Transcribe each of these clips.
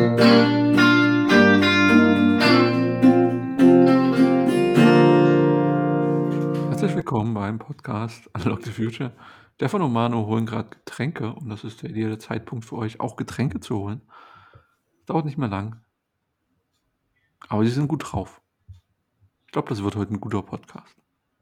Herzlich willkommen beim Podcast Unlock the Future. Stefan und Manu holen gerade Getränke und das ist der ideale Zeitpunkt für euch, auch Getränke zu holen. Dauert nicht mehr lang, aber sie sind gut drauf. Ich glaube, das wird heute ein guter Podcast.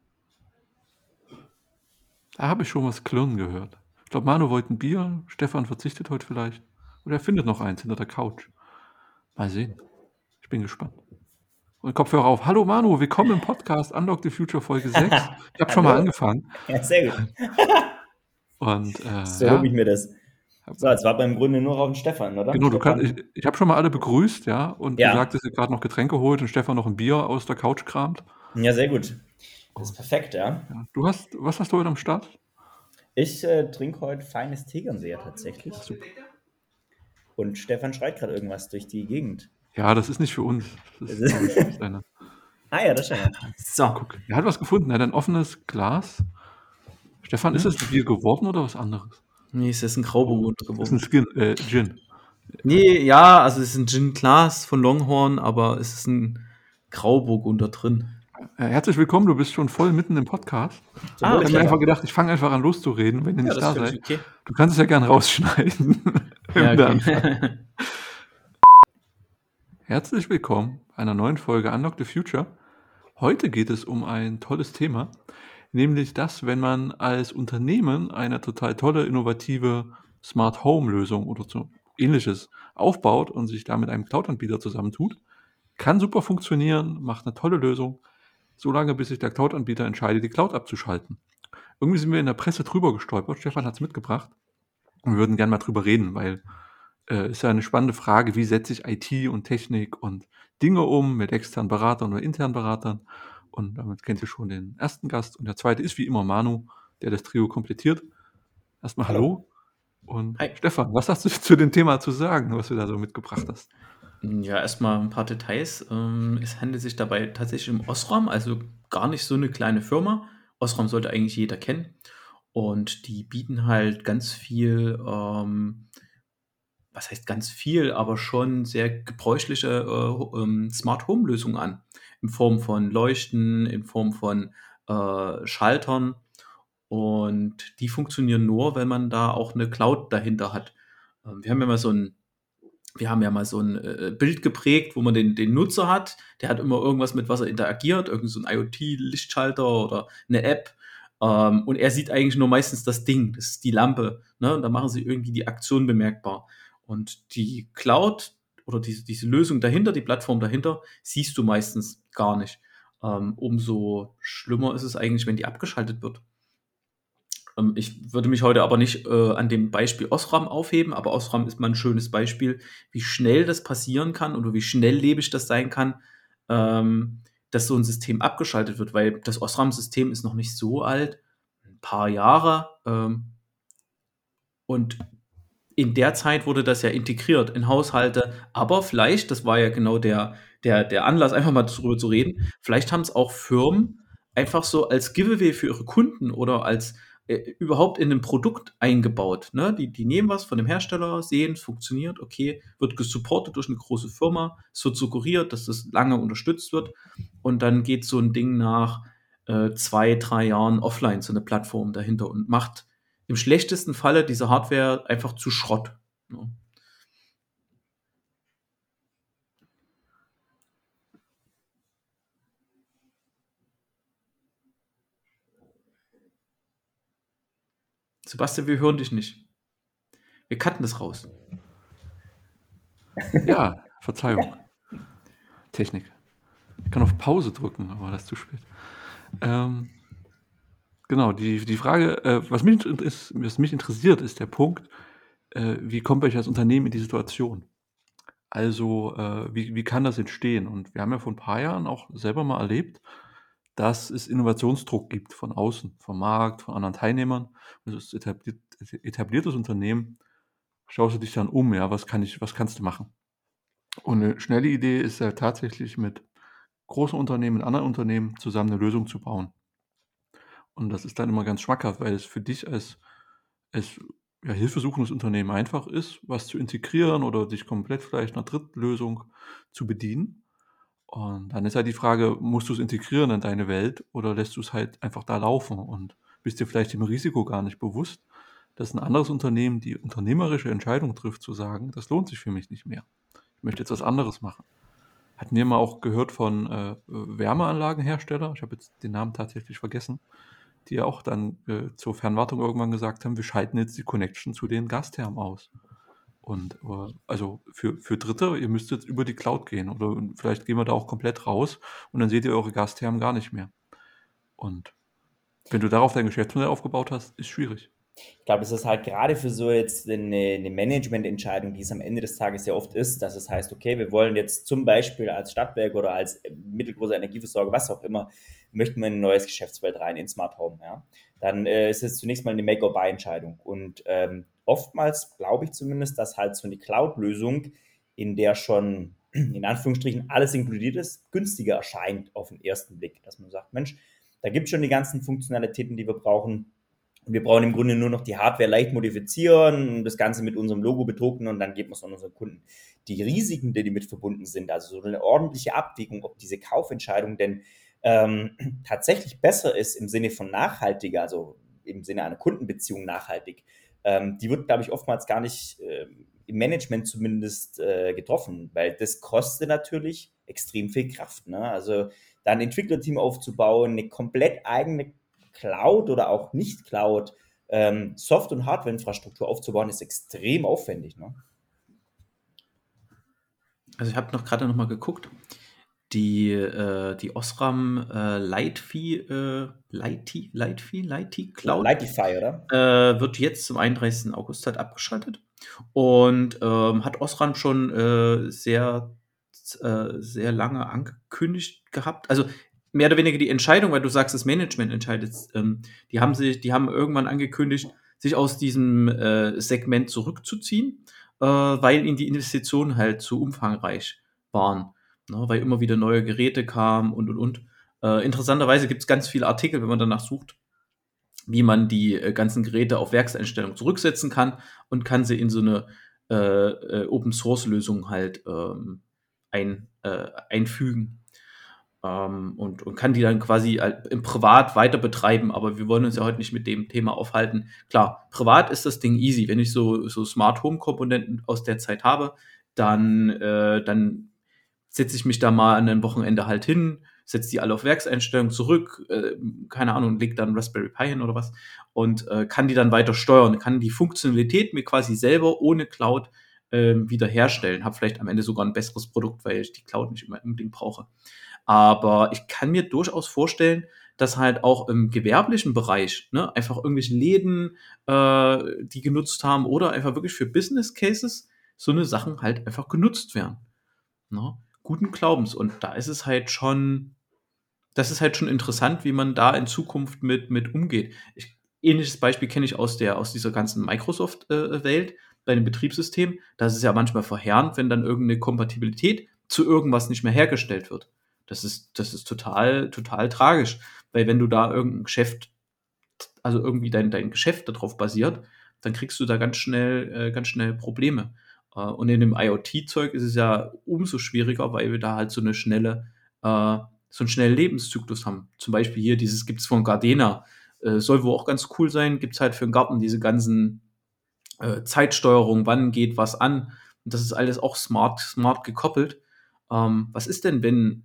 Da habe ich schon was klirren gehört. Ich glaube, Manu wollte ein Bier, Stefan verzichtet heute vielleicht. Oder er findet noch eins hinter der Couch. Mal sehen. Ich bin gespannt. Und Kopfhörer auf. Hallo Manu, willkommen im Podcast Unlock the Future Folge 6. Ich habe schon mal Hallo. angefangen. Ja, sehr gut. Und So hoffe ich mir das. Ja. So, jetzt war beim Grunde nur noch ein Stefan, oder? Genau, Stefan. ich habe schon mal alle begrüßt, ja, und Ja. gesagt, dass ihr gerade noch Getränke holt und Stefan noch ein Bier aus der Couch kramt. Ja, sehr gut. Das ist perfekt, ja. Ja. Was hast du heute am Start? Ich trinke heute feines Tegernseher tatsächlich. Super. Und Stefan schreit gerade irgendwas durch die Gegend. Ja, das ist nicht für uns. Das ist, glaub ich, seine. Ah ja, das schon mal. So. Guck, er hat was gefunden. Er hat ein offenes Glas. Stefan, ist es ein Bier geworden oder was anderes? Nee, es ist ein Grauburgunder Das ist geworden. ein Gin. Nee, ja, also es ist ein Gin-Glas von Longhorn, aber es ist ein Grauburgunder drin. Herzlich willkommen, du bist schon voll mitten im Podcast. Ich habe mir Stefan. einfach gedacht, ich fange einfach an loszureden, wenn ihr Ja, nicht das da finde seid. ich okay. Du kannst es ja gern rausschneiden. Ja, Im Anfang. okay. Herzlich willkommen bei einer neuen Folge Unlock the Future. Heute geht es um ein tolles Thema, nämlich das, wenn man als Unternehmen eine total tolle, innovative Smart Home Lösung oder so ähnliches aufbaut und sich da mit einem Cloud-Anbieter zusammentut. Kann super funktionieren, macht eine tolle Lösung, solange bis sich der Cloud-Anbieter entscheidet, die Cloud abzuschalten. Irgendwie sind wir in der Presse drüber gestolpert, Stefan hat es mitgebracht und wir würden gerne mal drüber reden, weil ist ja eine spannende Frage, wie setze ich IT und Technik und Dinge um mit externen Beratern oder internen Beratern. Und damit kennt ihr schon den ersten Gast. Und der zweite ist wie immer Manu, der das Trio komplettiert. Erstmal hallo. Und Hi. Stefan, was hast du zu dem Thema zu sagen, was du da so mitgebracht hast? Ja, erstmal ein paar Details. Es handelt sich dabei tatsächlich um Osram, also gar nicht so eine kleine Firma. Osram sollte eigentlich jeder kennen. Und die bieten halt ganz viel, was heißt ganz viel, aber schon sehr gebräuchliche Smart Home Lösungen an. In Form von Leuchten, in Form von Schaltern. Und die funktionieren nur, wenn man da auch eine Cloud dahinter hat. Wir haben ja mal so ein Bild geprägt, wo man den Nutzer hat. Der hat immer irgendwas, mit was er interagiert, irgend so ein IoT-Lichtschalter oder eine App. Und er sieht eigentlich nur meistens das Ding, das ist die Lampe. Ne? Und da machen sie irgendwie die Aktion bemerkbar. Und die Cloud oder diese Lösung dahinter, die Plattform dahinter, siehst du meistens gar nicht. Umso schlimmer ist es eigentlich, wenn die abgeschaltet wird. Ich würde mich heute aber nicht an dem Beispiel Osram aufheben, aber Osram ist mal ein schönes Beispiel, wie schnell das passieren kann oder wie schnelllebig das sein kann, dass so ein System abgeschaltet wird, weil das Osram-System ist noch nicht so alt, ein paar Jahre, und in der Zeit wurde das ja integriert in Haushalte, aber vielleicht, das war ja genau der Anlass, einfach mal darüber zu reden, vielleicht haben es auch Firmen einfach so als Giveaway für ihre Kunden oder als überhaupt in ein Produkt eingebaut. Ne? Die nehmen was von dem Hersteller, sehen, es funktioniert, okay, wird gesupportet durch eine große Firma, es wird suggeriert, dass das lange unterstützt wird und dann geht so ein Ding nach 2, 3 Jahren offline, so eine Plattform dahinter und macht im schlechtesten Falle diese Hardware einfach zu Schrott. Ne? Sebastian, wir hören dich nicht. Wir cutten das raus. Ja, Verzeihung. Technik. Ich kann auf Pause drücken, aber das ist zu spät. Genau, die Frage, was mich interessiert, ist der Punkt, wie kommt euch als Unternehmen in die Situation? Also, wie kann das entstehen? Und wir haben ja vor ein paar Jahren auch selber mal erlebt, dass es Innovationsdruck gibt von außen, vom Markt, von anderen Teilnehmern. Also, es ist etabliertes Unternehmen, schaust du dich dann um, ja, was kannst du machen? Und eine schnelle Idee ist ja tatsächlich mit großen Unternehmen, mit anderen Unternehmen zusammen eine Lösung zu bauen. Und das ist dann immer ganz schmackhaft, weil es für dich als hilfesuchendes Unternehmen einfach ist, was zu integrieren oder sich komplett vielleicht einer Drittlösung zu bedienen. Und dann ist halt die Frage, musst du es integrieren in deine Welt oder lässt du es halt einfach da laufen und bist dir vielleicht dem Risiko gar nicht bewusst, dass ein anderes Unternehmen die unternehmerische Entscheidung trifft, zu sagen, das lohnt sich für mich nicht mehr. Ich möchte jetzt was anderes machen. Hatten wir mal auch gehört von Wärmeanlagenhersteller, ich habe jetzt den Namen tatsächlich vergessen, die ja auch dann zur Fernwartung irgendwann gesagt haben, wir schalten jetzt die Connection zu den Gasthermen aus. Und also für Dritte, ihr müsst jetzt über die Cloud gehen oder vielleicht gehen wir da auch komplett raus und dann seht ihr eure Gasthermen gar nicht mehr. Und wenn du darauf dein Geschäftsmodell aufgebaut hast, ist schwierig. Ich glaube, das ist halt gerade für so jetzt eine Managemententscheidung, die es am Ende des Tages ja oft ist, dass es heißt, okay, wir wollen jetzt zum Beispiel als Stadtwerk oder als mittelgroßer Energieversorger, was auch immer, möchten wir in ein neues Geschäftsfeld rein, in Smart Home. Ja? Dann ist es zunächst mal eine Make-or-Buy-Entscheidung. Und oftmals glaube ich zumindest, dass halt so eine Cloud-Lösung, in der schon in Anführungsstrichen alles inkludiert ist, günstiger erscheint auf den ersten Blick. Dass man sagt, Mensch, da gibt es schon die ganzen Funktionalitäten, die wir brauchen. Wir brauchen im Grunde nur noch die Hardware leicht modifizieren, das Ganze mit unserem Logo bedrucken und dann geben wir es an unseren Kunden. Die Risiken, die mit verbunden sind, also so eine ordentliche Abwägung, ob diese Kaufentscheidung denn tatsächlich besser ist im Sinne von nachhaltiger, also im Sinne einer Kundenbeziehung nachhaltig, die wird, glaube ich, oftmals gar nicht im Management zumindest getroffen, weil das kostet natürlich extrem viel Kraft. Ne? Also da ein Entwicklerteam aufzubauen, eine komplett eigene Cloud oder auch nicht Cloud Soft- und Hardware-Infrastruktur aufzubauen, ist extrem aufwendig. Ne? Also ich habe gerade noch mal geguckt, die Osram Lightfee Cloud Lightify, oder? wird jetzt zum 31. August halt abgeschaltet und hat Osram schon sehr lange angekündigt gehabt. Also mehr oder weniger die Entscheidung, weil du sagst, das Management entscheidet, die haben irgendwann angekündigt, sich aus diesem Segment zurückzuziehen, weil ihnen die Investitionen halt zu umfangreich waren, ne, weil immer wieder neue Geräte kamen und. Interessanterweise gibt es ganz viele Artikel, wenn man danach sucht, wie man die ganzen Geräte auf Werkseinstellung zurücksetzen kann und kann sie in so eine Open-Source-Lösung halt einfügen. Und kann die dann quasi im Privat weiter betreiben, aber wir wollen uns ja heute nicht mit dem Thema aufhalten. Klar, privat ist das Ding easy. Wenn ich so Smart Home Komponenten aus der Zeit habe, dann setze ich mich da mal an einem Wochenende halt hin, setze die alle auf Werkseinstellung zurück, keine Ahnung, leg dann Raspberry Pi hin oder was und kann die dann weiter steuern, kann die Funktionalität mir quasi selber ohne Cloud wiederherstellen. Habe vielleicht am Ende sogar ein besseres Produkt, weil ich die Cloud nicht immer unbedingt brauche. Aber ich kann mir durchaus vorstellen, dass halt auch im gewerblichen Bereich, ne, einfach irgendwelche Läden, die genutzt haben oder einfach wirklich für Business Cases so eine Sachen halt einfach genutzt werden. Ne? Guten Glaubens. Und da ist es halt schon, das ist halt schon interessant, wie man da in Zukunft mit umgeht. Ähnliches Beispiel kenne ich aus dieser ganzen Microsoft-Welt bei dem Betriebssystem. Da ist es ja manchmal verheerend, wenn dann irgendeine Kompatibilität zu irgendwas nicht mehr hergestellt wird. Das ist total, total tragisch. Weil wenn du da irgendein Geschäft, also irgendwie dein Geschäft darauf basiert, dann kriegst du da ganz schnell Probleme. Und in dem IoT-Zeug ist es ja umso schwieriger, weil wir da halt so einen schnellen Lebenszyklus haben. Zum Beispiel hier gibt's von Gardena, soll wohl auch ganz cool sein, gibt's halt für den Garten diese ganzen Zeitsteuerung, wann geht was an. Und das ist alles auch smart gekoppelt. Was ist denn,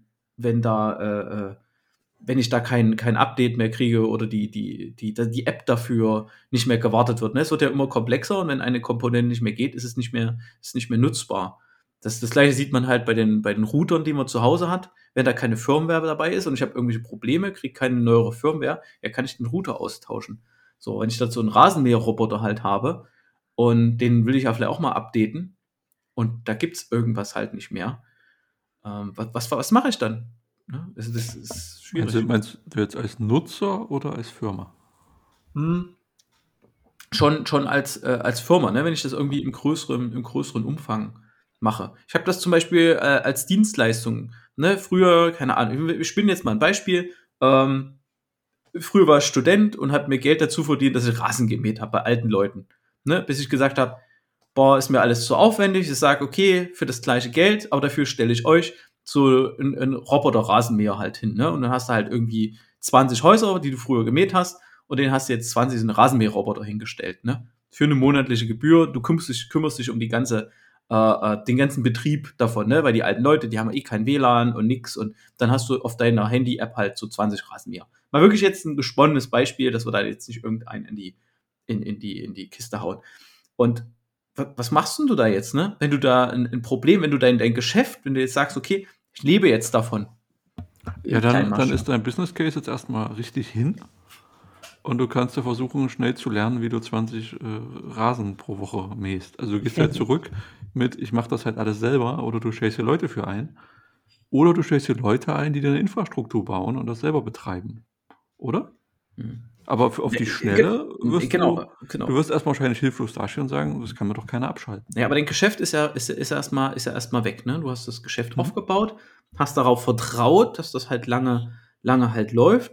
wenn ich da kein Update mehr kriege oder die App dafür nicht mehr gewartet wird. Ne? Es wird ja immer komplexer und wenn eine Komponente nicht mehr geht, ist es nicht mehr nutzbar. Das Gleiche sieht man halt bei den Routern, die man zu Hause hat. Wenn da keine Firmware dabei ist und ich habe irgendwelche Probleme, kriege keine neuere Firmware, ja, kann ich den Router austauschen. So, wenn ich dazu einen Rasenmäherroboter halt habe und den will ich ja vielleicht auch mal updaten und da gibt's irgendwas halt nicht mehr, was mache ich dann? Ne? Das ist schwierig. Meinst du jetzt als Nutzer oder als Firma? Schon als Firma, ne? Wenn ich das irgendwie im größeren Umfang mache. Ich habe das zum Beispiel als Dienstleistung. Ne? Früher, keine Ahnung, ich spinne jetzt mal ein Beispiel. Früher war ich Student und habe mir Geld dazu verdient, dass ich Rasen gemäht habe bei alten Leuten. Ne? Bis ich gesagt habe, boah, ist mir alles zu aufwendig. Ich sage, okay, für das gleiche Geld, aber dafür stelle ich euch so einen Roboter-Rasenmäher halt hin. Ne? Und dann hast du halt irgendwie 20 Häuser, die du früher gemäht hast, und den hast du jetzt 20 so einen Rasenmäherroboter hingestellt. Ne? Für eine monatliche Gebühr. Du kümmerst dich um den ganzen Betrieb davon, ne? Weil die alten Leute, die haben eh kein WLAN und nix, und dann hast du auf deiner Handy-App halt so 20 Rasenmäher. Mal wirklich jetzt ein gesponnenes Beispiel, dass wir da jetzt nicht irgendeinen in die Kiste hauen. Und was machst denn du da jetzt, ne? Wenn du da ein Problem, wenn du dein Geschäft, wenn du jetzt sagst, okay, ich lebe jetzt davon. Ja, dann ist dein Business Case jetzt erstmal richtig hin und du kannst ja versuchen, schnell zu lernen, wie du 20 Rasen pro Woche mähst. Also du gehst halt zurück mit, ich mache das halt alles selber, oder du stellst hier Leute für ein. Oder du stellst hier Leute ein, die deine Infrastruktur bauen und das selber betreiben. Oder? Aber auf die Schnelle wirst Genau. du wirst erstmal wahrscheinlich hilflos dastehen und sagen, das kann mir doch keiner abschalten. Ja, aber dein Geschäft ist ja erstmal weg, ne? Du hast das Geschäft aufgebaut, hast darauf vertraut, dass das halt lange halt läuft.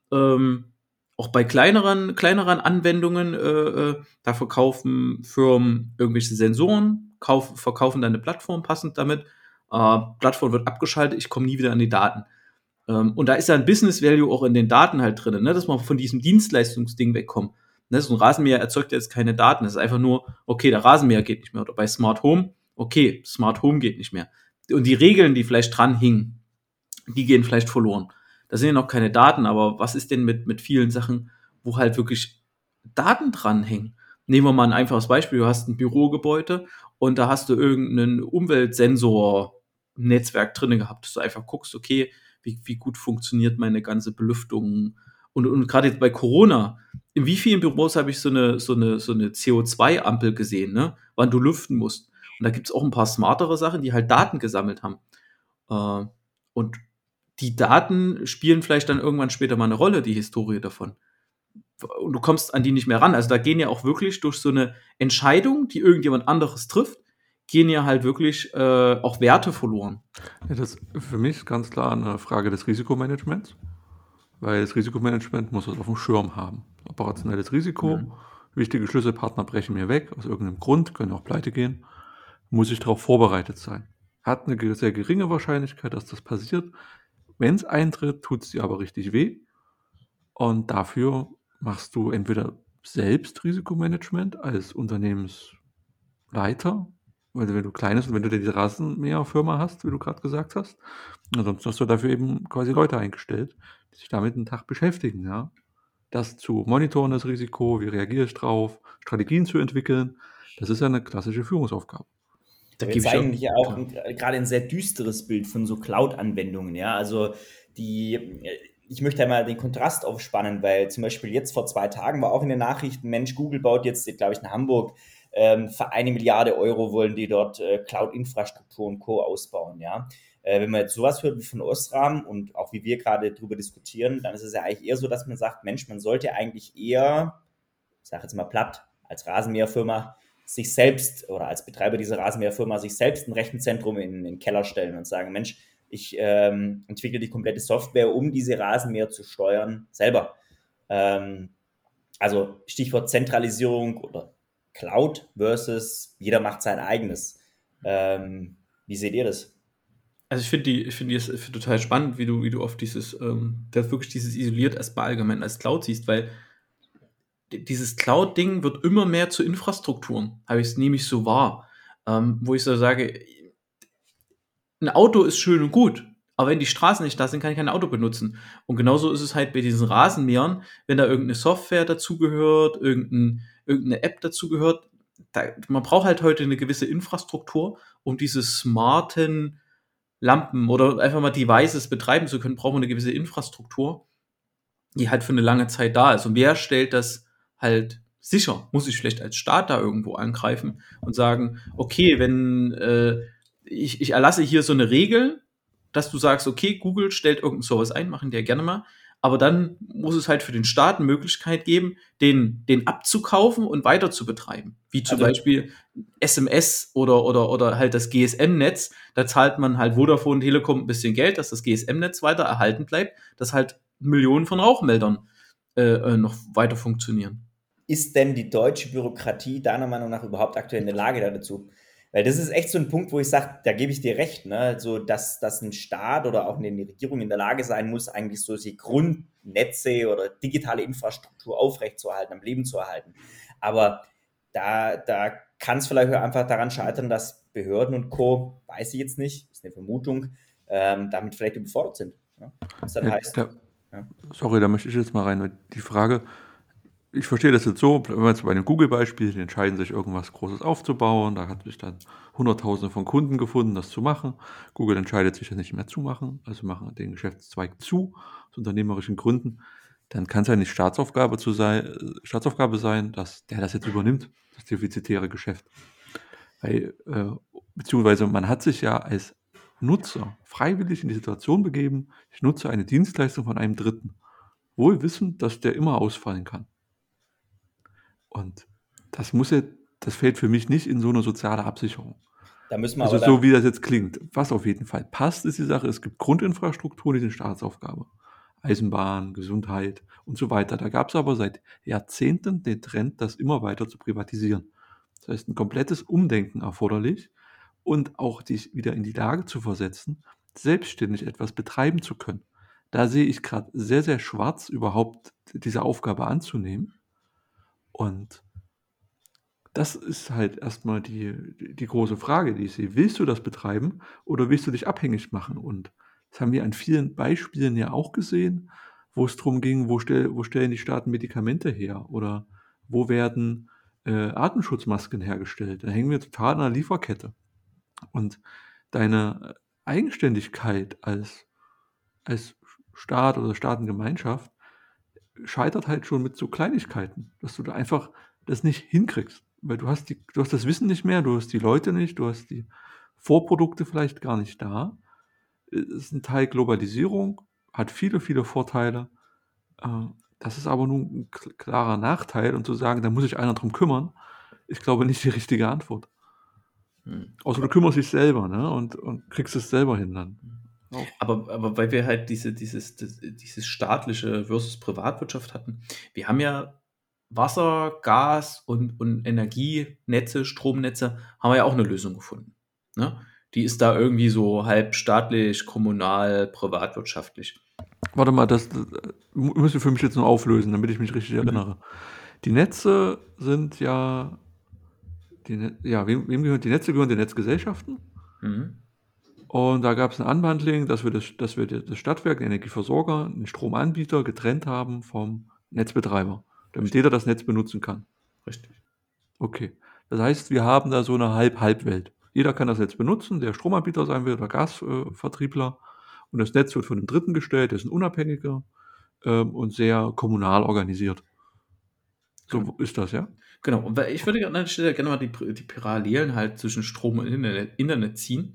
Auch bei kleineren Anwendungen, da verkaufen Firmen irgendwelche Sensoren, verkaufen dann eine Plattform passend damit. Plattform wird abgeschaltet, ich komme nie wieder an die Daten. Und da ist ja ein Business Value auch in den Daten halt drin, ne? Dass man von diesem Dienstleistungsding wegkommt. Ne? So ein Rasenmäher erzeugt jetzt keine Daten. Das ist einfach nur, okay, der Rasenmäher geht nicht mehr. Oder bei Smart Home, okay, Smart Home geht nicht mehr. Und die Regeln, die vielleicht dran hingen, die gehen vielleicht verloren. Da sind ja noch keine Daten, aber was ist denn mit vielen Sachen, wo halt wirklich Daten dranhängen? Nehmen wir mal ein einfaches Beispiel. Du hast ein Bürogebäude und da hast du irgendeinen Umweltsensor-Netzwerk drin gehabt, dass du einfach guckst, okay, wie gut funktioniert meine ganze Belüftung. Und gerade jetzt bei Corona, in wie vielen Büros habe ich so eine CO2-Ampel gesehen, ne? Wann du lüften musst. Und da gibt es auch ein paar smartere Sachen, die halt Daten gesammelt haben. Und die Daten spielen vielleicht dann irgendwann später mal eine Rolle, die Historie davon. Und du kommst an die nicht mehr ran. Also da gehen ja auch wirklich durch so eine Entscheidung, die irgendjemand anderes trifft, gehen ja halt wirklich auch Werte verloren. Ja, das ist für mich ganz klar eine Frage des Risikomanagements, weil das Risikomanagement muss es auf dem Schirm haben. Operationelles Risiko, wichtige Schlüsselpartner brechen mir weg, aus irgendeinem Grund, können auch pleite gehen, muss ich darauf vorbereitet sein. Hat eine sehr geringe Wahrscheinlichkeit, dass das passiert. Wenn es eintritt, tut es dir aber richtig weh, und dafür machst du entweder selbst Risikomanagement als Unternehmensleiter, weil wenn du kleines, wenn du diese Rasenmäherfirma hast, wie du gerade gesagt hast, ansonsten hast du dafür eben quasi Leute eingestellt, die sich damit einen Tag beschäftigen, ja. Das zu monitoren, das Risiko, wie reagiere ich drauf, Strategien zu entwickeln, das ist ja eine klassische Führungsaufgabe. Da jetzt eigentlich auch gerade ein sehr düsteres Bild von so Cloud-Anwendungen, ja. Also ich möchte einmal den Kontrast aufspannen, weil zum Beispiel jetzt vor 2 Tagen war auch in den Nachrichten, Mensch, Google baut jetzt, glaube ich, in Hamburg für 1 Milliarde Euro wollen die dort Cloud-Infrastruktur und Co. ausbauen, ja. Wenn man jetzt sowas hört wie von Osram und auch wie wir gerade drüber diskutieren, dann ist es ja eigentlich eher so, dass man sagt, Mensch, man sollte eigentlich eher, ich sage jetzt mal platt, als Rasenmäherfirma sich selbst oder als Betreiber dieser Rasenmäherfirma sich selbst ein Rechenzentrum in den Keller stellen und sagen, Mensch, ich entwickle die komplette Software, um diese Rasenmäher zu steuern, selber. Also Stichwort Zentralisierung oder Cloud versus jeder macht sein eigenes. Wie seht ihr das? Also ich finde es total spannend, wie du auf dieses, wirklich dieses isoliert erstmal allgemein als Cloud siehst, weil dieses Cloud-Ding wird immer mehr zu Infrastrukturen, habe ich es nämlich so wahr, wo ich so sage, ein Auto ist schön und gut, aber wenn die Straßen nicht da sind, kann ich kein Auto benutzen. Und genauso ist es halt bei diesen Rasenmähern, wenn da irgendeine Software dazugehört, irgendeine App dazugehört. Man braucht halt heute eine gewisse Infrastruktur, um diese smarten Lampen oder einfach mal Devices betreiben zu können, braucht man eine gewisse Infrastruktur, die halt für eine lange Zeit da ist. Und wer stellt das halt sicher? Muss ich vielleicht als Staat da irgendwo angreifen und sagen, okay, wenn ich erlasse hier so eine Regel, dass du sagst, okay, Google stellt irgendeinen Service ein, machen die ja gerne mal, aber dann muss es halt für den Staat eine Möglichkeit geben, den abzukaufen und weiter zu betreiben. Wie zum Beispiel SMS oder halt das GSM-Netz. Da zahlt man halt Vodafone, Telekom ein bisschen Geld, dass das GSM-Netz weiter erhalten bleibt, dass halt Millionen von Rauchmeldern noch weiter funktionieren. ist denn die deutsche Bürokratie deiner Meinung nach überhaupt aktuell in der Lage dazu? Weil das ist echt so ein Punkt, wo ich sage, da gebe ich dir recht, ne? So, dass ein Staat oder auch eine Regierung in der Lage sein muss, eigentlich solche Grundnetze oder digitale Infrastruktur aufrechtzuerhalten, am Leben zu erhalten. Aber da kann es vielleicht auch einfach daran scheitern, dass Behörden und Co., weiß ich jetzt nicht, ist eine Vermutung, damit vielleicht überfordert sind. Ne? Was dann heißt, Sorry, da möchte ich jetzt mal rein, weil die Frage, ich verstehe das jetzt so, wenn wir jetzt bei dem Google-Beispiel, die entscheiden sich, irgendwas Großes aufzubauen, da hat sich dann Hunderttausende von Kunden gefunden, das zu machen. Google entscheidet sich, das nicht mehr zu machen, also machen den Geschäftszweig zu, aus unternehmerischen Gründen. Dann kann es ja nicht Staatsaufgabe sein, dass der das jetzt übernimmt, das defizitäre Geschäft. Beziehungsweise man hat sich ja als Nutzer freiwillig in die Situation begeben, ich nutze eine Dienstleistung von einem Dritten, wohl wissend, dass der immer ausfallen kann. Und das fällt für mich nicht in so eine soziale Absicherung. da müssen wir Also aber so wie das jetzt klingt. Was auf jeden Fall passt, ist die Sache, es gibt Grundinfrastruktur, die sind Staatsaufgabe. Eisenbahn, Gesundheit und so weiter. Da gab es aber seit Jahrzehnten den Trend, das immer weiter zu privatisieren. Das heißt, ein komplettes Umdenken erforderlich und auch dich wieder in die Lage zu versetzen, selbstständig etwas betreiben zu können. Da sehe ich gerade sehr, sehr schwarz, überhaupt diese Aufgabe anzunehmen. Und das ist halt erstmal die große Frage, die ich sehe. Willst du das betreiben oder willst du dich abhängig machen? Und das haben wir an vielen Beispielen ja auch gesehen, wo es darum ging, wo stellen die Staaten Medikamente her oder wo werden Atemschutzmasken hergestellt. Da hängen wir total an der Lieferkette. Und deine Eigenständigkeit als Staat oder Staatengemeinschaft scheitert halt schon mit so Kleinigkeiten, dass du da einfach das nicht hinkriegst. Weil du hast das Wissen nicht mehr, du hast die Leute nicht, du hast die Vorprodukte vielleicht gar nicht da. Es ist ein Teil Globalisierung, hat viele, viele Vorteile. Das ist aber nun ein klarer Nachteil und zu sagen, da muss sich einer drum kümmern, ich glaube nicht die richtige Antwort. Außer du kümmerst dich selber, ne? Und kriegst es selber hin dann. Auch. Aber weil wir halt dieses staatliche versus Privatwirtschaft hatten, wir haben ja Wasser, Gas und Energienetze, Stromnetze, haben wir ja auch eine Lösung gefunden. Ne? Die ist da irgendwie so halb staatlich, kommunal, privatwirtschaftlich. Warte mal, das müsst ihr für mich jetzt nur auflösen, damit ich mich richtig erinnere. Die Netze sind ja, wem gehören die Netze? Gehören den Netzgesellschaften. Und da gab es ein Unbundling, dass wir das Stadtwerk, den Energieversorger, den Stromanbieter getrennt haben vom Netzbetreiber, damit jeder das Netz benutzen kann. Richtig. Okay. Das heißt, wir haben da so eine Halb-Halb-Welt. Jeder kann das Netz benutzen, der Stromanbieter sein will oder Gasvertriebler. Und das Netz wird von einem Dritten gestellt, der ist ein Unabhängiger und sehr kommunal organisiert. So ist das, ja? Genau. Und ich würde an der Stelle gerne mal die Parallelen halt zwischen Strom und Internet ziehen.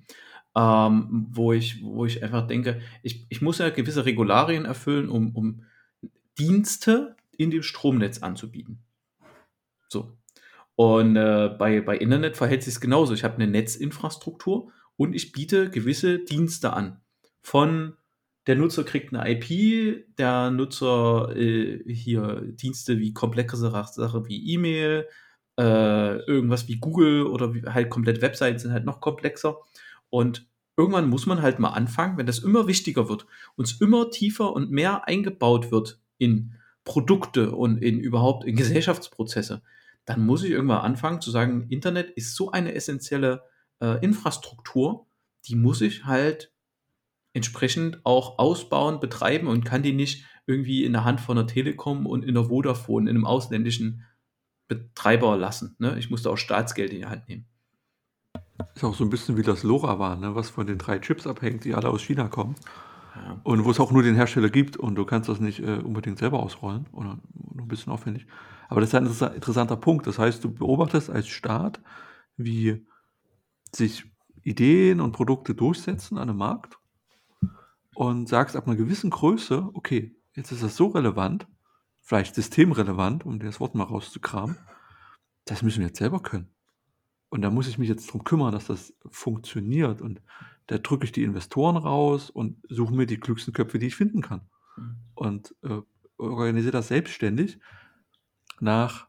Wo ich einfach denke, ich muss ja gewisse Regularien erfüllen, um Dienste in dem Stromnetz anzubieten. So. Und bei Internet verhält sich es genauso. Ich habe eine Netzinfrastruktur und ich biete gewisse Dienste an. Von der Nutzer kriegt eine IP, der Nutzer hier Dienste wie komplexe Sachen wie E-Mail, irgendwas wie Google oder halt komplett Webseiten sind halt noch komplexer. Und irgendwann muss man halt mal anfangen, wenn das immer wichtiger wird, uns immer tiefer und mehr eingebaut wird in Produkte und überhaupt in Gesellschaftsprozesse, dann muss ich irgendwann anfangen zu sagen, Internet ist so eine essentielle Infrastruktur, die muss ich halt entsprechend auch ausbauen, betreiben und kann die nicht irgendwie in der Hand von der Telekom und in der Vodafone, in einem ausländischen Betreiber lassen. Ne? Ich muss da auch Staatsgeld in die Hand nehmen. Ist auch so ein bisschen wie das LoRaWAN, ne, was von den 3 Chips abhängt, die alle aus China kommen. Ja. Und wo es auch nur den Hersteller gibt und du kannst das nicht unbedingt selber ausrollen oder nur ein bisschen aufwendig. Aber das ist ein interessanter Punkt. Das heißt, du beobachtest als Staat, wie sich Ideen und Produkte durchsetzen an einem Markt und sagst ab einer gewissen Größe, okay, jetzt ist das so relevant, vielleicht systemrelevant, um das Wort mal rauszukramen, das müssen wir jetzt selber können. Und da muss ich mich jetzt drum kümmern, dass das funktioniert. Und da drücke ich die Investoren raus und suche mir die klügsten Köpfe, die ich finden kann. Und organisiere das selbstständig nach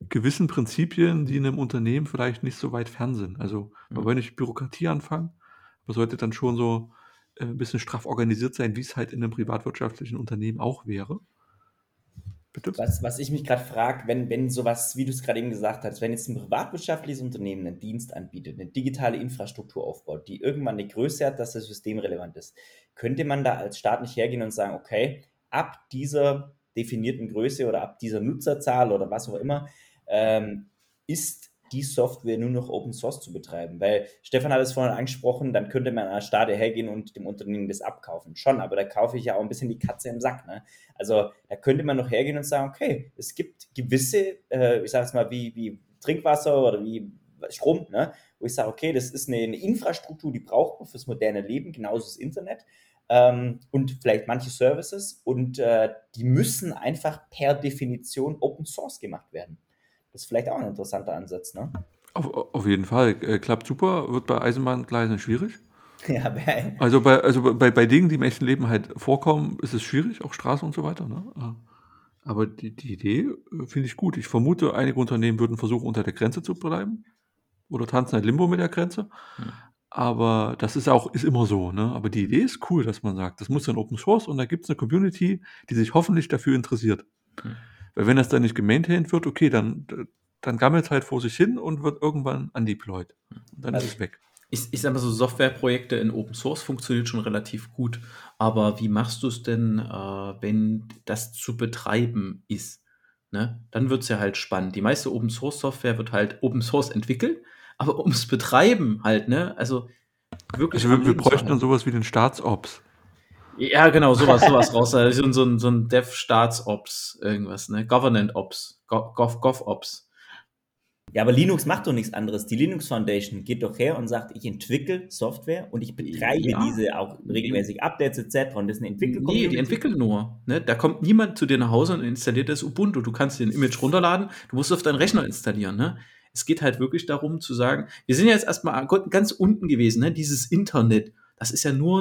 gewissen Prinzipien, die in einem Unternehmen vielleicht nicht so weit fern sind. Also, man will nicht Bürokratie anfangen, aber sollte dann schon so, 'n bisschen straff organisiert sein, wie es halt in einem privatwirtschaftlichen Unternehmen auch wäre. Bitte? Was ich mich gerade frage, wenn sowas, wie du es gerade eben gesagt hast, wenn jetzt ein privatwirtschaftliches Unternehmen einen Dienst anbietet, eine digitale Infrastruktur aufbaut, die irgendwann eine Größe hat, dass das System relevant ist, könnte man da als Staat nicht hergehen und sagen, okay, ab dieser definierten Größe oder ab dieser Nutzerzahl oder was auch immer, ist die Software nur noch Open Source zu betreiben? Weil Stefan hat es vorhin angesprochen, dann könnte man als Staat hergehen und dem Unternehmen das abkaufen. Schon, aber da kaufe ich ja auch ein bisschen die Katze im Sack. Ne? Also da könnte man noch hergehen und sagen, okay, es gibt gewisse, ich sage jetzt mal, wie Trinkwasser oder wie Strom, ne? Wo ich sage, okay, das ist eine Infrastruktur, die braucht man fürs moderne Leben, genauso das Internet. Und vielleicht manche Services und die müssen einfach per Definition Open Source gemacht werden. Das ist vielleicht auch ein interessanter Ansatz, ne? Auf jeden Fall. Klappt super, wird bei Eisenbahngleisen schwierig. Ja, Also bei Dingen, die im echten Leben halt vorkommen, ist es schwierig, auch Straßen und so weiter, ne? Aber die Idee, finde ich gut. Ich vermute, einige Unternehmen würden versuchen, unter der Grenze zu bleiben oder tanzen halt Limbo mit der Grenze. Aber das ist immer so, ne? Aber die Idee ist cool, dass man sagt, das muss dann Open Source und da gibt es eine Community, die sich hoffentlich dafür interessiert. Weil wenn das dann nicht gemaintained wird, okay, dann gammelt es halt vor sich hin und wird irgendwann undeployed. Und dann ist es weg. Ich sag mal so, Softwareprojekte in Open Source funktioniert schon relativ gut. Aber wie machst du es denn, wenn das zu betreiben ist? Ne? Dann wird es ja halt spannend. Die meiste Open Source Software wird halt Open Source entwickelt, aber ums Betreiben halt, ne? Also wirklich. Also wir bräuchten dann sowas wie den Staatsops. Ja, genau, sowas raus. Also so ein Dev-Staatsops, irgendwas, ne? Government Ops, GovOps. Ja, aber Linux macht doch nichts anderes. Die Linux Foundation geht doch her und sagt, ich entwickle Software und ich betreibe diese auch regelmäßig Updates etc. Und das ist eine Entwicklung. Nee, die entwickeln nur. Ne? Da kommt niemand zu dir nach Hause und installiert das Ubuntu. Du kannst dir ein Image runterladen, du musst es auf deinen Rechner installieren. Ne? Es geht halt wirklich darum zu sagen, wir sind ja jetzt erstmal ganz unten gewesen, ne? Dieses Internet. Das ist ja nur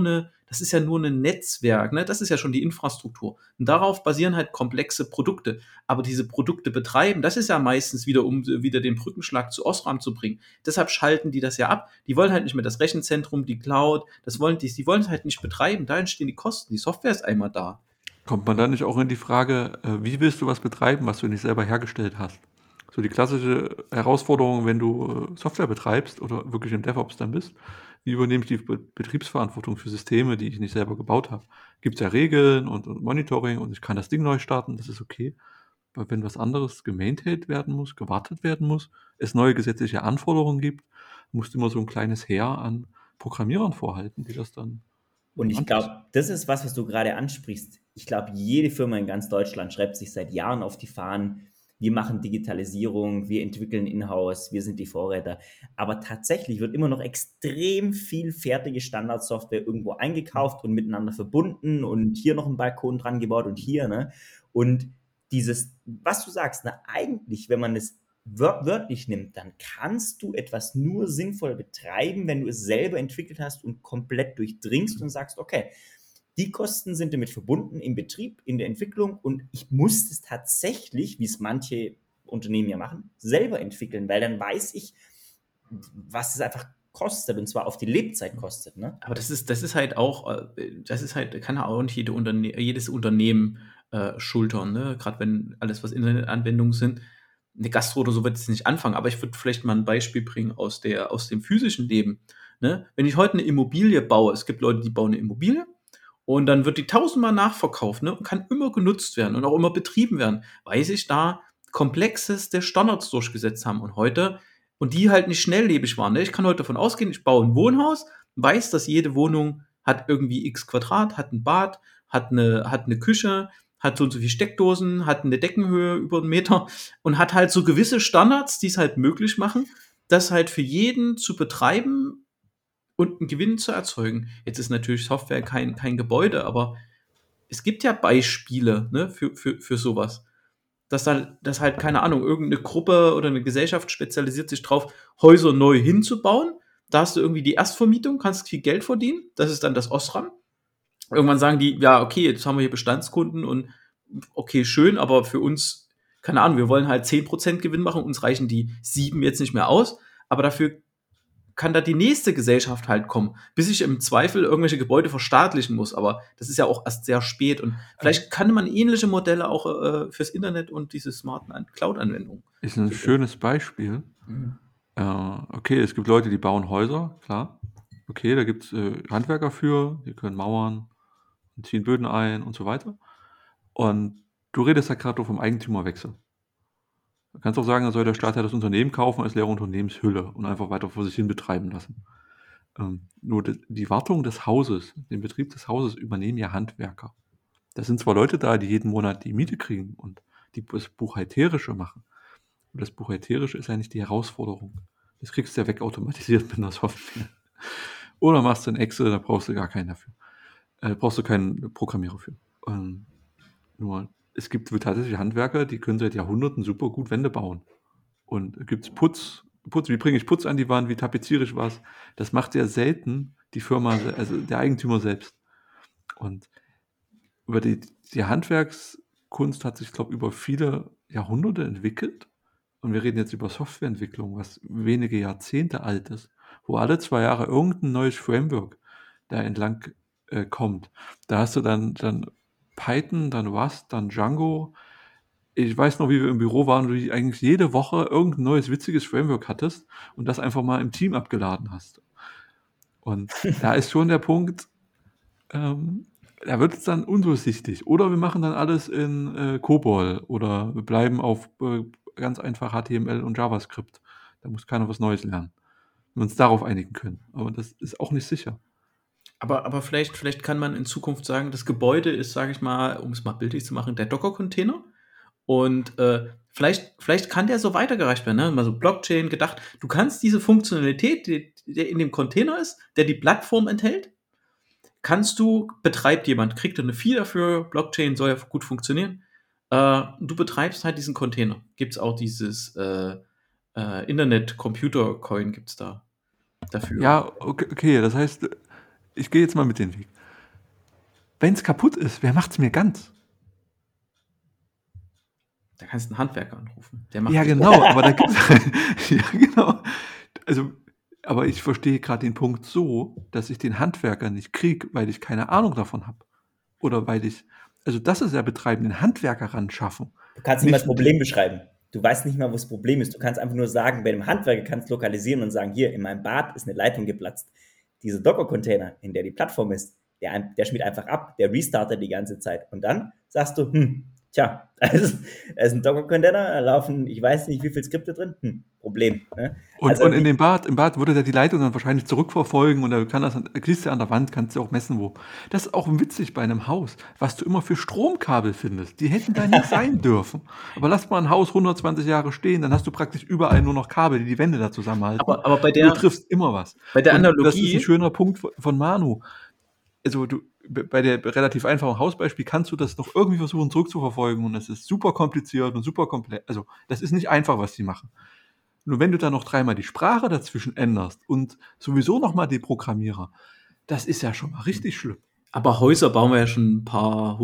ein Netzwerk, ne? Das ist ja schon die Infrastruktur. Und darauf basieren halt komplexe Produkte. Aber diese Produkte betreiben, das ist ja meistens wieder, um wieder den Brückenschlag zu Osram zu bringen. Deshalb schalten die das ja ab. Die wollen halt nicht mehr das Rechenzentrum, die Cloud, die wollen es halt nicht betreiben. Da entstehen die Kosten. Die Software ist einmal da. Kommt man dann nicht auch in die Frage, wie willst du was betreiben, was du nicht selber hergestellt hast? So die klassische Herausforderung, wenn du Software betreibst oder wirklich im DevOps dann bist, wie übernehme ich die Betriebsverantwortung für Systeme, die ich nicht selber gebaut habe? Gibt es ja Regeln und Monitoring und ich kann das Ding neu starten, das ist okay. Aber wenn was anderes gemaintained werden muss, gewartet werden muss, es neue gesetzliche Anforderungen gibt, musst du immer so ein kleines Heer an Programmierern vorhalten, die das dann. Und ich glaube, das ist was du gerade ansprichst. Ich glaube, jede Firma in ganz Deutschland schreibt sich seit Jahren auf die Fahnen, wir machen Digitalisierung, wir entwickeln in-house, wir sind die Vorreiter. Aber tatsächlich wird immer noch extrem viel fertige Standardsoftware irgendwo eingekauft und miteinander verbunden und hier noch ein Balkon dran gebaut und hier, ne? Und dieses, was du sagst, ne, eigentlich, wenn man es wörtlich nimmt, dann kannst du etwas nur sinnvoll betreiben, wenn du es selber entwickelt hast und komplett durchdringst und sagst, okay, die Kosten sind damit verbunden im Betrieb, in der Entwicklung und ich muss es tatsächlich, wie es manche Unternehmen ja machen, selber entwickeln, weil dann weiß ich, was es einfach kostet und zwar auf die Lebzeit kostet. Ne? Aber das ist halt auch, kann auch nicht jedes Unternehmen schultern, ne? Gerade wenn alles, was Internetanwendungen sind. Eine Gastro oder so wird es nicht anfangen, aber ich würde vielleicht mal ein Beispiel bringen aus dem physischen Leben. Ne? Wenn ich heute eine Immobilie baue, es gibt Leute, die bauen eine Immobilie und dann wird die tausendmal nachverkauft, ne? Und kann immer genutzt werden und auch immer betrieben werden, weil sich da komplexeste Standards durchgesetzt haben und die halt nicht schnelllebig waren. Ne? Ich kann heute davon ausgehen, ich baue ein Wohnhaus, weiß, dass jede Wohnung hat irgendwie x Quadrat, hat ein Bad, hat eine Küche, hat so und so viele Steckdosen, hat eine Deckenhöhe über 1 Meter und hat halt so gewisse Standards, die es halt möglich machen, das halt für jeden zu betreiben und einen Gewinn zu erzeugen. Jetzt ist natürlich Software kein Gebäude, aber es gibt ja Beispiele, ne, für sowas. Dass halt, keine Ahnung, irgendeine Gruppe oder eine Gesellschaft spezialisiert sich drauf, Häuser neu hinzubauen. Da hast du irgendwie die Erstvermietung, kannst viel Geld verdienen. Das ist dann das Osram. Irgendwann sagen die, ja, okay, jetzt haben wir hier Bestandskunden und okay, schön, aber für uns keine Ahnung, wir wollen halt 10% Gewinn machen, uns reichen die 7 jetzt nicht mehr aus, aber dafür kann da die nächste Gesellschaft halt kommen, bis ich im Zweifel irgendwelche Gebäude verstaatlichen muss, aber das ist ja auch erst sehr spät und vielleicht kann man ähnliche Modelle auch fürs Internet und diese smarten Cloud-Anwendungen. Ist ein schönes Beispiel. Okay, es gibt Leute, die bauen Häuser, klar. Okay, da gibt es Handwerker für, die können Mauern und ziehen Böden ein und so weiter. Und du redest da gerade vom Eigentümerwechsel. Du kannst auch sagen, da soll der Staat ja das Unternehmen kaufen als leere Unternehmenshülle und einfach weiter vor sich hin betreiben lassen. Nur die Wartung des Hauses, den Betrieb des Hauses übernehmen ja Handwerker. Da sind zwar Leute da, die jeden Monat die Miete kriegen und die das Buchhalterische machen. Und das Buchhalterische ist ja nicht die Herausforderung. Das kriegst du ja wegautomatisiert mit einer Software. Oder machst du ein Excel, da brauchst du gar keinen dafür. Brauchst du keinen Programmierer für. Nur es gibt tatsächlich Handwerker, die können seit Jahrhunderten super gut Wände bauen. Und gibt es Putz, wie bringe ich Putz an die Wand, wie tapeziere ich was? Das macht sehr selten die Firma, also der Eigentümer selbst. Und über die Handwerkskunst hat sich, glaube ich, über viele Jahrhunderte entwickelt. Und wir reden jetzt über Softwareentwicklung, was wenige Jahrzehnte alt ist, wo alle 2 Jahre irgendein neues Framework da entlang kommt. Da hast du dann Python, dann Rust, dann Django. Ich weiß noch, wie wir im Büro waren, du eigentlich jede Woche irgendein neues, witziges Framework hattest und das einfach mal im Team abgeladen hast. Und da ist schon der Punkt, da wird es dann undurchsichtig. Oder wir machen dann alles in COBOL oder wir bleiben auf ganz einfach HTML und JavaScript. Da muss keiner was Neues lernen. Wenn wir uns darauf einigen können. Aber das ist auch nicht sicher. Aber vielleicht kann man in Zukunft sagen, das Gebäude ist, sage ich mal, um es mal bildlich zu machen, der Docker-Container. Und vielleicht kann der so weitergereicht werden, ne? Mal so Blockchain gedacht. Du kannst diese Funktionalität, die in dem Container ist, der die Plattform enthält, betreibt jemand, kriegt eine Fee dafür, Blockchain soll ja gut funktionieren. Du betreibst halt diesen Container. Gibt es auch dieses Internet-Computer-Coin gibt es da dafür. Ja, okay, das heißt, ich gehe jetzt mal mit den Weg. Wenn es kaputt ist, wer macht es mir ganz? Da kannst du einen Handwerker anrufen. Der macht Ja, genau, aber da gibt's ja, genau. Also, aber ich verstehe gerade den Punkt so, dass ich den Handwerker nicht kriege, weil ich keine Ahnung davon habe. Oder weil also das ist ja betreiben, den Handwerker ran schaffen. Du kannst nicht mal das Problem beschreiben. Du weißt nicht mal, wo das Problem ist. Du kannst einfach nur sagen, bei dem Handwerker kannst du lokalisieren und sagen, hier, in meinem Bad ist eine Leitung geplatzt. Diese Docker-Container, in der die Plattform ist, der schmiert einfach ab, der restartet die ganze Zeit. Und dann sagst du, tja, da ist ein Docker-Container, da laufen, ich weiß nicht, wie viele Skripte drin. Problem. Ne? Und in im Bad würde der die Leitung dann wahrscheinlich zurückverfolgen und er kriegst du an der Wand, kannst du auch messen, wo. Das ist auch witzig bei einem Haus, was du immer für Stromkabel findest. Die hätten da nicht sein dürfen. Aber lass mal ein Haus 120 Jahre stehen, dann hast du praktisch überall nur noch Kabel, die Wände da zusammenhalten. Aber du triffst immer was. Bei der Analogie. Das ist ein schöner Punkt von Manu. Also bei der relativ einfachen Hausbeispiel kannst du das noch irgendwie versuchen zurückzuverfolgen und es ist super kompliziert und super komplex. Also das ist nicht einfach, was die machen. Nur wenn du da noch 3-mal die Sprache dazwischen änderst und sowieso nochmal die Programmierer, das ist ja schon mal richtig schlimm. Aber Häuser bauen wir ja schon ein paar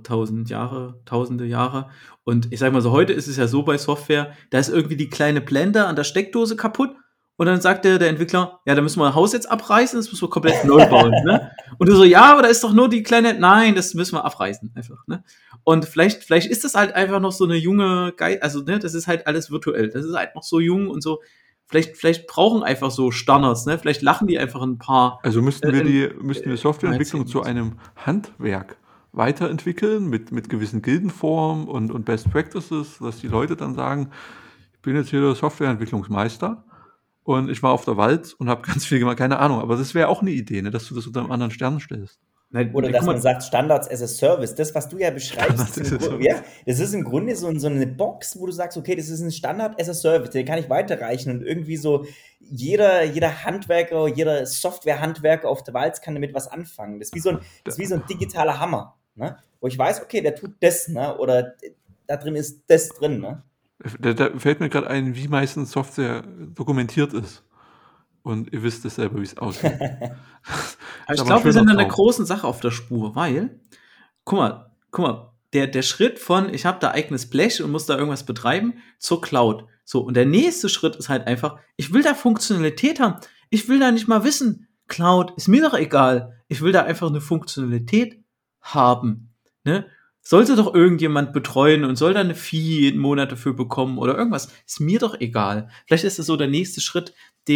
tausende Jahre. Und ich sag mal so, heute ist es ja so bei Software, da ist irgendwie die kleine Blende an der Steckdose kaputt. Und dann sagt der Entwickler, ja, da müssen wir ein Haus jetzt abreißen, das müssen wir komplett neu bauen. Ne? Und du so, ja, aber da ist doch nur die kleine, nein, das müssen wir abreißen einfach. Ne? Und vielleicht ist das halt einfach noch so eine junge also ne, das ist halt alles virtuell, das ist halt noch so jung und so. Vielleicht brauchen einfach so Standards, ne? Vielleicht lachen die einfach ein paar. Also müssten wir Softwareentwicklung zu einem Handwerk weiterentwickeln mit gewissen Gildenformen und Best Practices, dass die Leute dann sagen, ich bin jetzt hier der Softwareentwicklungsmeister. Und ich war auf der Walz und habe ganz viel gemacht, keine Ahnung. Aber das wäre auch eine Idee, ne, dass du das unter einem anderen Stern stellst. Oder dass man sagt, Standards as a Service. Das, was du ja beschreibst, das ist im Grunde so eine Box, wo du sagst, okay, das ist ein Standard as a Service, den kann ich weiterreichen. Und irgendwie so jeder Handwerker, jeder Softwarehandwerker auf der Walz kann damit was anfangen. Das ist wie so ein digitaler Hammer, ne? Wo ich weiß, okay, der tut das, ne? Oder da drin ist das drin, ne? Da fällt mir gerade ein, wie meistens Software dokumentiert ist. Und ihr wisst es selber, wie es aussieht. Aber ich glaube, wir sind an der großen Sache auf der Spur, weil, guck mal, der Schritt von, ich habe da eigenes Blech und muss da irgendwas betreiben, zur Cloud. So, und der nächste Schritt ist halt einfach, ich will da Funktionalität haben. Ich will da nicht mal wissen, Cloud ist mir doch egal. Ich will da einfach eine Funktionalität haben. Ne? Sollte doch irgendjemand betreuen und soll da eine Fee jeden Monat dafür bekommen oder irgendwas. Ist mir doch egal. Vielleicht ist das so der nächste Schritt,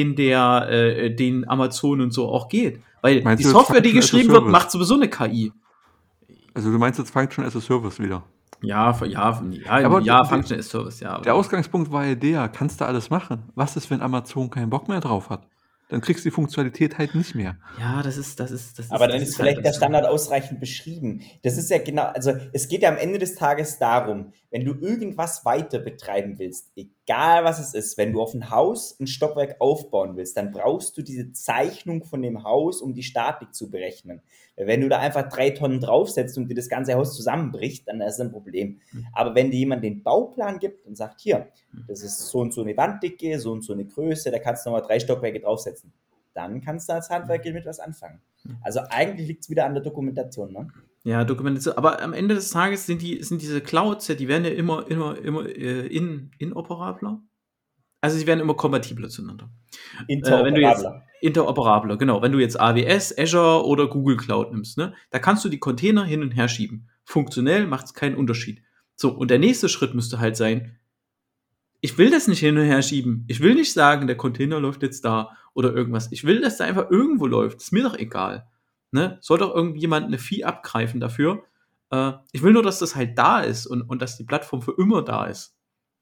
den Amazon und so auch geht. Weil Meinst die du jetzt Software, die Function as a geschrieben wird, Service? macht sowieso eine KI. Also du meinst jetzt Function as a Service wieder. Ja, Aber Function as Service, ja. Der Ausgangspunkt war ja der, kannst du alles machen. Was ist, wenn Amazon keinen Bock mehr drauf hat? Dann kriegst du die Funktionalität halt nicht mehr. Ja, das ist. Aber dann das ist halt vielleicht der das. Standard ausreichend beschrieben. Das ist ja genau, also es geht ja am Ende des Tages darum, wenn du irgendwas weiter betreiben willst, egal was es ist, wenn du auf ein Haus ein Stockwerk aufbauen willst, dann brauchst du diese Zeichnung von dem Haus, um die Statik zu berechnen. Wenn du da einfach 3 Tonnen draufsetzt und dir das ganze Haus zusammenbricht, dann ist das ein Problem. Aber wenn dir jemand den Bauplan gibt und sagt, hier, das ist so und so eine Wanddicke, so und so eine Größe, da kannst du nochmal 3 Stockwerke draufsetzen, dann kannst du als Handwerker mit was anfangen. Also eigentlich liegt es wieder an der Dokumentation, ne? Ja, Dokumentation. Aber am Ende des Tages sind diese Clouds, ja, die werden ja immer inoperabler. Also sie werden immer kompatibler zueinander. Interoperabler, genau. Wenn du jetzt AWS, Azure oder Google Cloud nimmst, ne, da kannst du die Container hin und her schieben. Funktionell macht es keinen Unterschied. So, und der nächste Schritt müsste halt sein, ich will das nicht hin und her schieben. Ich will nicht sagen, der Container läuft jetzt da oder irgendwas. Ich will, dass der einfach irgendwo läuft. Ist mir doch egal. Ne? Soll doch irgendjemand eine Fee abgreifen dafür. Ich will nur, dass das halt da ist und dass die Plattform für immer da ist.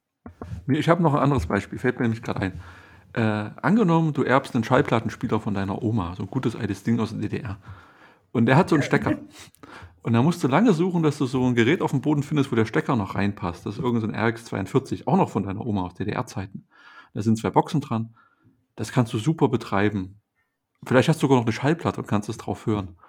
Ich habe noch ein anderes Beispiel, fällt mir nämlich gerade ein. Angenommen, du erbst einen Schallplattenspieler von deiner Oma, so ein gutes altes Ding aus der DDR. Und der hat so einen Stecker. Und da musst du lange suchen, dass du so ein Gerät auf dem Boden findest, wo der Stecker noch reinpasst. Das ist irgend so ein RX42, auch noch von deiner Oma aus DDR-Zeiten. Da sind 2 Boxen dran. Das kannst du super betreiben. Vielleicht hast du sogar noch eine Schallplatte und kannst es drauf hören.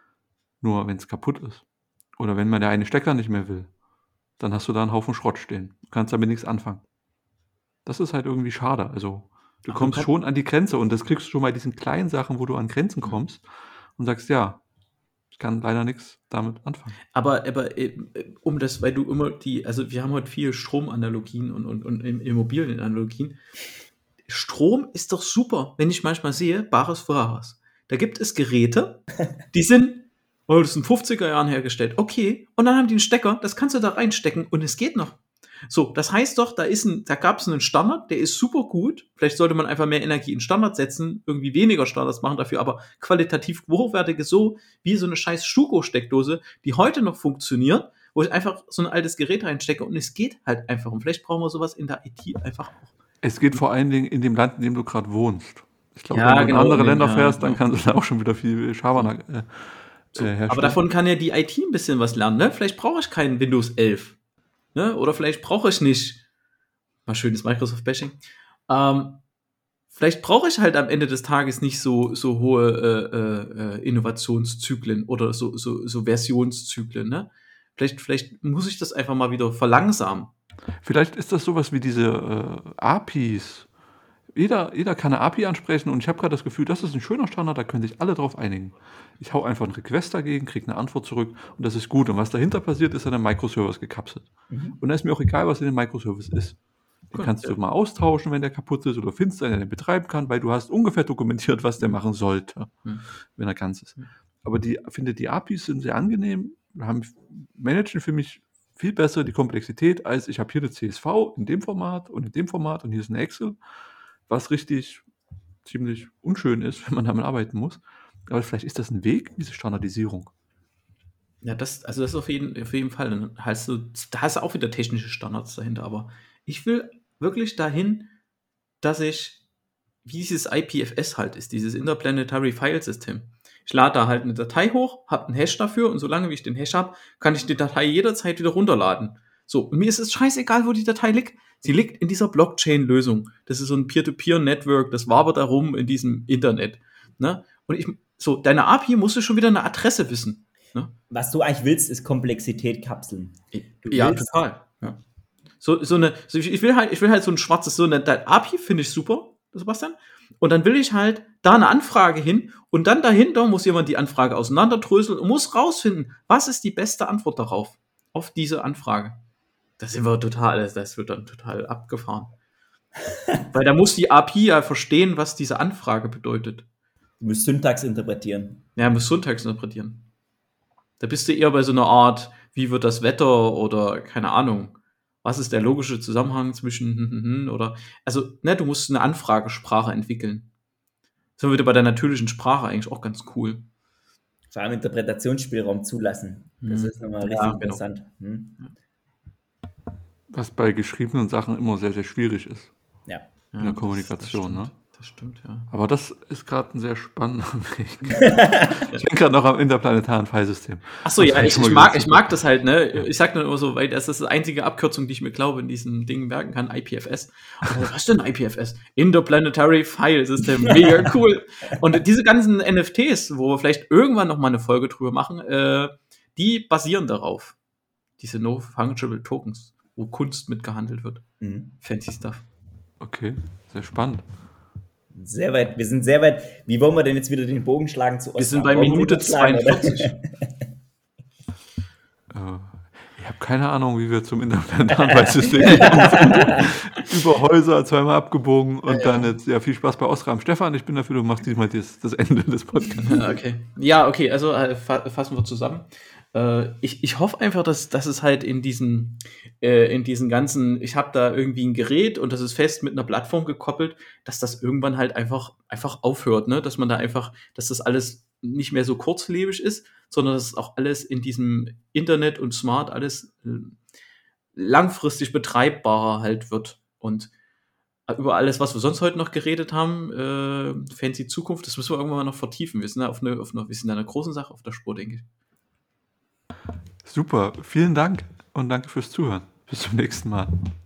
Nur wenn es kaputt ist. Oder wenn man der eine Stecker nicht mehr will, dann hast du da einen Haufen Schrott stehen. Du kannst damit nichts anfangen. Das ist halt irgendwie schade. Also du kommst schon an die Grenze und das kriegst du schon bei diesen kleinen Sachen, wo du an Grenzen kommst und sagst, ja, ich kann leider nichts damit anfangen. Aber um das, weil du immer also wir haben heute viele Stromanalogien und Immobilienanalogien. Strom ist doch super, wenn ich manchmal sehe, Bares für Rares. Da gibt es Geräte, die sind, das sind 50er Jahren hergestellt. Okay, und dann haben die einen Stecker, das kannst du da reinstecken und es geht noch. So, das heißt doch, da gab es einen Standard, der ist super gut. Vielleicht sollte man einfach mehr Energie in Standard setzen, irgendwie weniger Standards machen dafür, aber qualitativ hochwertige, so wie so eine scheiß Schuko-Steckdose, die heute noch funktioniert, wo ich einfach so ein altes Gerät reinstecke und es geht halt einfach. Und vielleicht brauchen wir sowas in der IT einfach auch. Es geht vor allen Dingen in dem Land, in dem du gerade wohnst. Ich glaube, Ja, wenn du genau, in andere Länder ja, fährst, genau. dann kannst du da auch schon wieder viel Schabernack herstellen. Aber davon kann ja die IT ein bisschen was lernen. Ne? Vielleicht brauche ich keinen Windows 11. Ne? Oder vielleicht brauche ich nicht, mal schönes Microsoft-Bashing, vielleicht brauche ich halt am Ende des Tages nicht so hohe Innovationszyklen oder so Versionszyklen. Ne? Vielleicht muss ich das einfach mal wieder verlangsamen. Vielleicht ist das sowas wie diese APIs. Jeder kann eine API ansprechen und ich habe gerade das Gefühl, das ist ein schöner Standard, da können sich alle drauf einigen. Ich hau einfach einen Request dagegen, kriege eine Antwort zurück und das ist gut. Und was dahinter passiert, ist an einem Microservice gekapselt. Und da ist mir auch egal, was in dem Microservice ist. Den kannst du mal austauschen, wenn der kaputt ist oder findest einen, der den betreiben kann, weil du hast ungefähr dokumentiert, was der machen sollte, wenn er ganz ist. Aber finde die APIs sind sehr angenehm, managen für mich viel besser die Komplexität, als ich habe hier eine CSV in dem Format und in dem Format und hier ist eine Excel, was richtig ziemlich unschön ist, wenn man damit arbeiten muss. Aber vielleicht ist das ein Weg, diese Standardisierung. Ja, das ist auf jeden Fall. Dann da hast du auch wieder technische Standards dahinter. Aber ich will wirklich dahin, dass ich, wie dieses IPFS halt ist, dieses Interplanetary File System. Ich lade da halt eine Datei hoch, habe einen Hash dafür und solange wie ich den Hash habe, kann ich die Datei jederzeit wieder runterladen. So, und mir ist es scheißegal, wo die Datei liegt. Sie liegt in dieser Blockchain-Lösung. Das ist so ein Peer-to-Peer-Network, das wabert da rum in diesem Internet. Ne? Und deine API musst du schon wieder eine Adresse wissen. Ne? Was du eigentlich willst, ist Komplexität kapseln. Ja, total. Ja. Ich will halt so ein schwarzes, dein API finde ich super, Sebastian. Und dann will ich halt da eine Anfrage hin und dann dahinter muss jemand die Anfrage auseinanderdröseln und muss rausfinden, was ist die beste Antwort darauf. auf diese Anfrage. Das wird dann total abgefahren. Weil da muss die API ja verstehen, was diese Anfrage bedeutet. Du musst Syntax interpretieren. Ja, muss Syntax interpretieren. Da bist du eher bei so einer Art, wie wird das Wetter oder keine Ahnung, was ist der logische Zusammenhang zwischen oder, also, ne, du musst eine Anfragesprache entwickeln. Das ist wieder bei der natürlichen Sprache eigentlich auch ganz cool. Vor allem Interpretationsspielraum zulassen. Das ist nochmal richtig interessant. Was bei geschriebenen Sachen immer sehr, sehr schwierig ist. Ja. In der Kommunikation, ne? Das stimmt, ja. Aber das ist gerade ein sehr spannender Weg. Ich bin gerade noch am interplanetaren Pfeilsystem. Achso, ja, ich mag das halt, ne? Ich sag dann immer so, weil das ist die einzige Abkürzung, die ich mir glaube, in diesem Ding merken kann, IPFS. Und was ist denn IPFS? Interplanetary File System, mega cool. Und diese ganzen NFTs, wo wir vielleicht irgendwann noch mal eine Folge drüber machen, die basieren darauf. Diese No-Fungible Tokens, wo Kunst mitgehandelt wird. Fancy Stuff. Okay, sehr spannend. Sehr weit, wir sind sehr weit. Wie wollen wir denn jetzt wieder den Bogen schlagen zu Oscar? Wir sind bei Minute 42. Ich habe keine Ahnung, wie wir zum interplanetaren Pfeilsystem gekommen sind. Über Häuser, zweimal abgebogen und dann jetzt, ja, viel Spaß bei Osram. Stefan, ich bin dafür, du machst diesmal das Ende des Podcasts. Okay, also fassen wir zusammen. Ich hoffe einfach, dass es halt in diesen ganzen, ich habe da irgendwie ein Gerät und das ist fest mit einer Plattform gekoppelt, dass das irgendwann halt einfach aufhört, ne? Dass man da einfach, dass das alles nicht mehr so kurzlebig ist, sondern dass es auch alles in diesem Internet und Smart alles langfristig betreibbarer halt wird. Und über alles, was wir sonst heute noch geredet haben, fancy Zukunft, das müssen wir irgendwann mal noch vertiefen. Wir sind da wir sind da einer großen Sache auf der Spur, denke ich. Super, vielen Dank und danke fürs Zuhören. Bis zum nächsten Mal.